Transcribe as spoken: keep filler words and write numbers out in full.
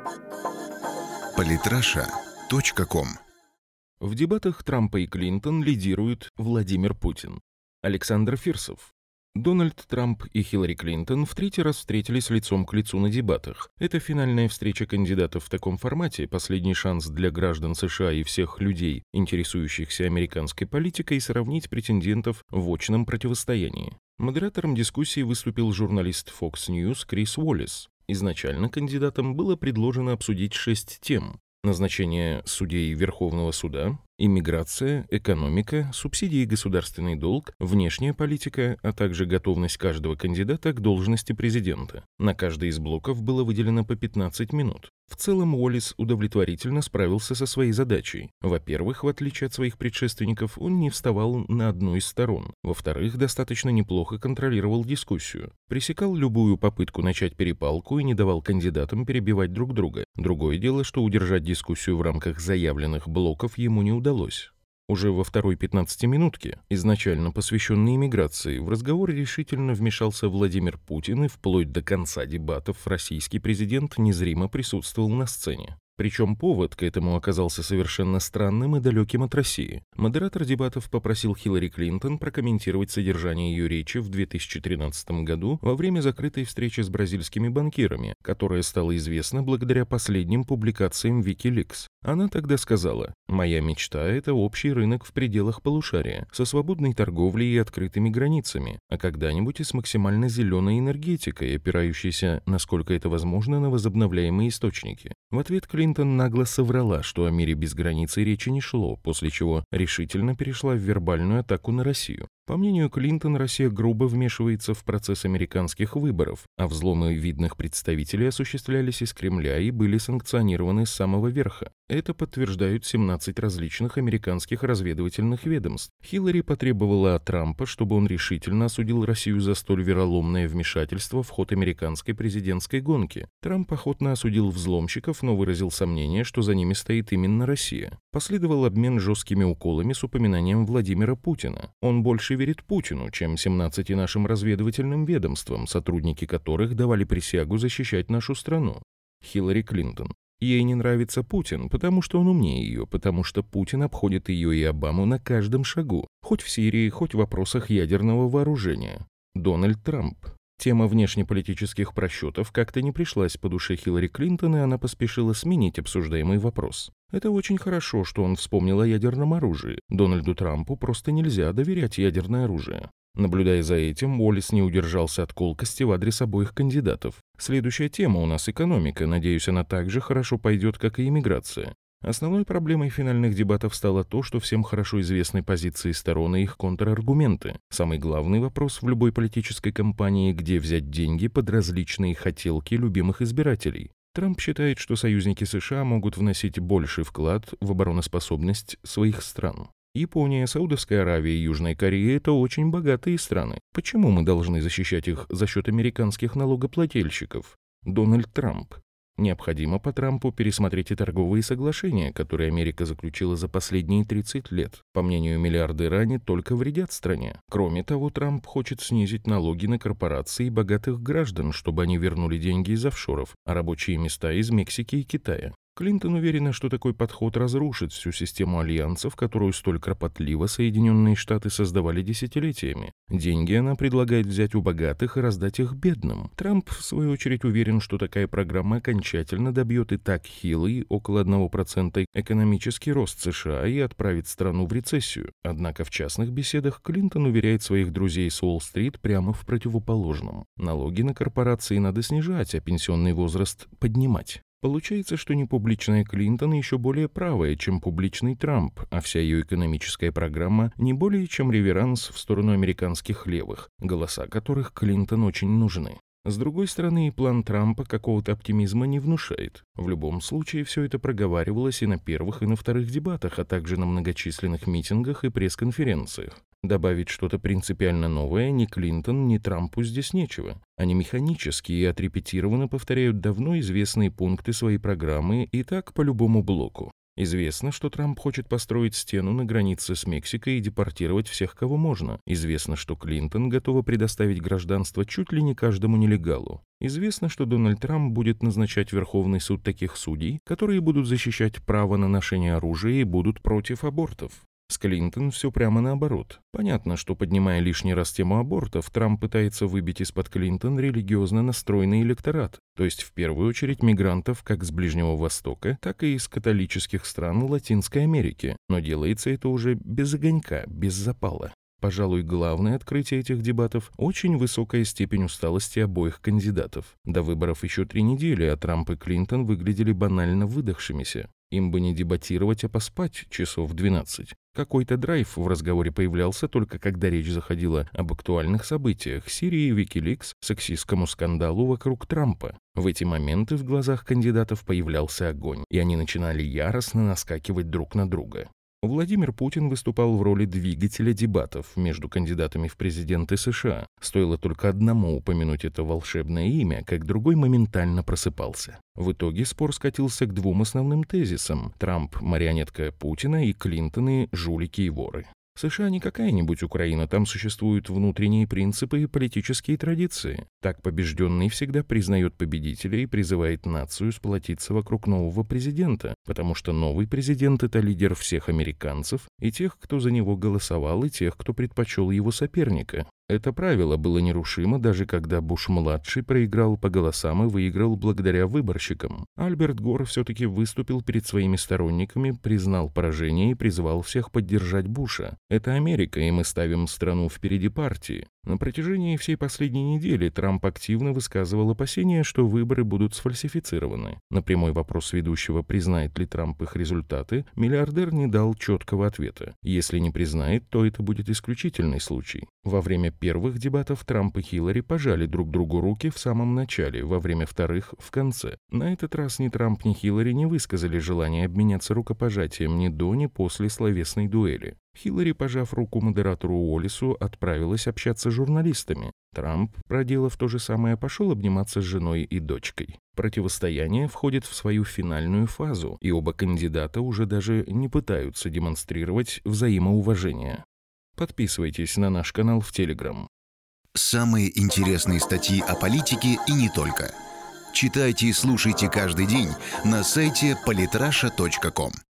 политраша точка ком. В дебатах Трампа и Клинтон лидирует Владимир Путин. Александр Фирсов. Дональд Трамп и Хиллари Клинтон в третий раз встретились лицом к лицу на дебатах. Это финальная встреча кандидатов в таком формате, последний шанс для граждан США и всех людей, интересующихся американской политикой, сравнить претендентов в очном противостоянии. Модератором дискуссии выступил журналист Fox News Крис Уоллес. Изначально кандидатам было предложено обсудить шесть тем: назначение судей Верховного суда, иммиграция, экономика, субсидии и государственный долг, внешняя политика, а также готовность каждого кандидата к должности президента. На каждый из блоков было выделено по пятнадцать минут. В целом Уоллес удовлетворительно справился со своей задачей. Во-первых, в отличие от своих предшественников, он не вставал на одну из сторон. Во-вторых, достаточно неплохо контролировал дискуссию. Пресекал любую попытку начать перепалку и не давал кандидатам перебивать друг друга. Другое дело, что удержать дискуссию в рамках заявленных блоков ему не удалось. Уже во второй пятнадцатиминутке, изначально посвященной иммиграции, в разговор решительно вмешался Владимир Путин, и вплоть до конца дебатов российский президент незримо присутствовал на сцене. Причем повод к этому оказался совершенно странным и далеким от России. Модератор дебатов попросил Хиллари Клинтон прокомментировать содержание ее речи в две тысячи тринадцатом году во время закрытой встречи с бразильскими банкирами, которая стала известна благодаря последним публикациям Wikileaks. Она тогда сказала: «Моя мечта – это общий рынок в пределах полушария, со свободной торговлей и открытыми границами, а когда-нибудь и с максимально зеленой энергетикой, опирающейся, насколько это возможно, на возобновляемые источники». В ответ Клинтон нагло соврала, что о мире без границ и речи не шло, после чего решительно перешла в вербальную атаку на Россию. По мнению Клинтон, Россия грубо вмешивается в процесс американских выборов, а взломы видных представителей осуществлялись из Кремля и были санкционированы с самого верха. Это подтверждают семнадцать различных американских разведывательных ведомств. Хиллари потребовала от Трампа, чтобы он решительно осудил Россию за столь вероломное вмешательство в ход американской президентской гонки. Трамп охотно осудил взломщиков, но выразил сомнение, что за ними стоит именно Россия. Последовал обмен жесткими уколами с упоминанием Владимира Путина. Он больше верит Путину, чем семнадцати нашим разведывательным ведомствам, сотрудники которых давали присягу защищать нашу страну. Хиллари Клинтон. Ей не нравится Путин, потому что он умнее ее, потому что Путин обходит ее и Обаму на каждом шагу, хоть в Сирии, хоть в вопросах ядерного вооружения. Дональд Трамп. Тема внешнеполитических просчетов как-то не пришлась по душе Хиллари Клинтон, и она поспешила сменить обсуждаемый вопрос. Это очень хорошо, что он вспомнил о ядерном оружии. Дональду Трампу просто нельзя доверять ядерное оружие. Наблюдая за этим, Уоллес не удержался от колкости в адрес обоих кандидатов. Следующая тема у нас экономика. Надеюсь, она так же хорошо пойдет, как и иммиграция. Основной проблемой финальных дебатов стало то, что всем хорошо известны позиции сторон и их контраргументы. Самый главный вопрос в любой политической кампании – где взять деньги под различные хотелки любимых избирателей. Трамп считает, что союзники США могут вносить больший вклад в обороноспособность своих стран. Япония, Саудовская Аравия и Южная Корея – это очень богатые страны. Почему мы должны защищать их за счет американских налогоплательщиков? Дональд Трамп. Необходимо по Трампу пересмотреть и торговые соглашения, которые Америка заключила за последние тридцать лет. По мнению миллиардера, они только вредят стране. Кроме того, Трамп хочет снизить налоги на корпорации и богатых граждан, чтобы они вернули деньги из офшоров, а рабочие места из Мексики и Китая. Клинтон уверена, что такой подход разрушит всю систему альянсов, которую столь кропотливо Соединенные Штаты создавали десятилетиями. Деньги она предлагает взять у богатых и раздать их бедным. Трамп, в свою очередь, уверен, что такая программа окончательно добьет и так хилый, около одного процента экономический рост США и отправит страну в рецессию. Однако в частных беседах Клинтон уверяет своих друзей с Уолл-стрит прямо в противоположном. Налоги на корпорации надо снижать, а пенсионный возраст поднимать. Получается, что непубличная Клинтон еще более правая, чем публичный Трамп, а вся ее экономическая программа не более чем реверанс в сторону американских левых, голоса которых Клинтон очень нужны. С другой стороны, и план Трампа какого-то оптимизма не внушает. В любом случае, все это проговаривалось и на первых, и на вторых дебатах, а также на многочисленных митингах и пресс-конференциях. Добавить что-то принципиально новое ни Клинтон, ни Трампу здесь нечего. Они механически и отрепетированно повторяют давно известные пункты своей программы и так по любому блоку. Известно, что Трамп хочет построить стену на границе с Мексикой и депортировать всех, кого можно. Известно, что Клинтон готова предоставить гражданство чуть ли не каждому нелегалу. Известно, что Дональд Трамп будет назначать в Верховный суд таких судей, которые будут защищать право на ношение оружия и будут против абортов. С Клинтон все прямо наоборот. Понятно, что, поднимая лишний раз тему абортов, Трамп пытается выбить из-под Клинтон религиозно настроенный электорат, то есть в первую очередь мигрантов как с Ближнего Востока, так и из католических стран Латинской Америки, но делается это уже без огонька, без запала. Пожалуй, главное открытие этих дебатов – очень высокая степень усталости обоих кандидатов. До выборов еще три недели, а Трамп и Клинтон выглядели банально выдохшимися. Им бы не дебатировать, а поспать часов двенадцать. Какой-то драйв в разговоре появлялся только когда речь заходила об актуальных событиях – Сирии, Викиликс, сексистскому скандалу вокруг Трампа. В эти моменты в глазах кандидатов появлялся огонь, и они начинали яростно наскакивать друг на друга. Владимир Путин выступал в роли двигателя дебатов между кандидатами в президенты США. Стоило только одному упомянуть это волшебное имя, как другой моментально просыпался. В итоге спор скатился к двум основным тезисам: Трамп – марионетка Путина и Клинтоны – жулики и воры. США не какая-нибудь Украина, там существуют внутренние принципы и политические традиции. Так побежденный всегда признает победителя и призывает нацию сплотиться вокруг нового президента, потому что новый президент – это лидер всех американцев и тех, кто за него голосовал, и тех, кто предпочел его соперника. Это правило было нерушимо, даже когда Буш-младший проиграл по голосам и выиграл благодаря выборщикам. Альберт Гор все-таки выступил перед своими сторонниками, признал поражение и призвал всех поддержать Буша. Это Америка, и мы ставим страну впереди партии. На протяжении всей последней недели Трамп активно высказывал опасения, что выборы будут сфальсифицированы. На прямой вопрос ведущего, признает ли Трамп их результаты, миллиардер не дал четкого ответа. Если не признает, то это будет исключительный случай. Во время первых дебатов Трамп и Хиллари пожали друг другу руки в самом начале, во время вторых – в конце. На этот раз ни Трамп, ни Хиллари не высказали желания обменяться рукопожатием ни до, ни после словесной дуэли. Хиллари, пожав руку модератору Уоллесу, отправилась общаться с журналистами. Трамп, проделав то же самое, пошел обниматься с женой и дочкой. Противостояние входит в свою финальную фазу, и оба кандидата уже даже не пытаются демонстрировать взаимоуважение. Подписывайтесь на наш канал в Телеграм. Самые интересные статьи о политике и не только. Читайте и слушайте каждый день на сайте политраша точка ком.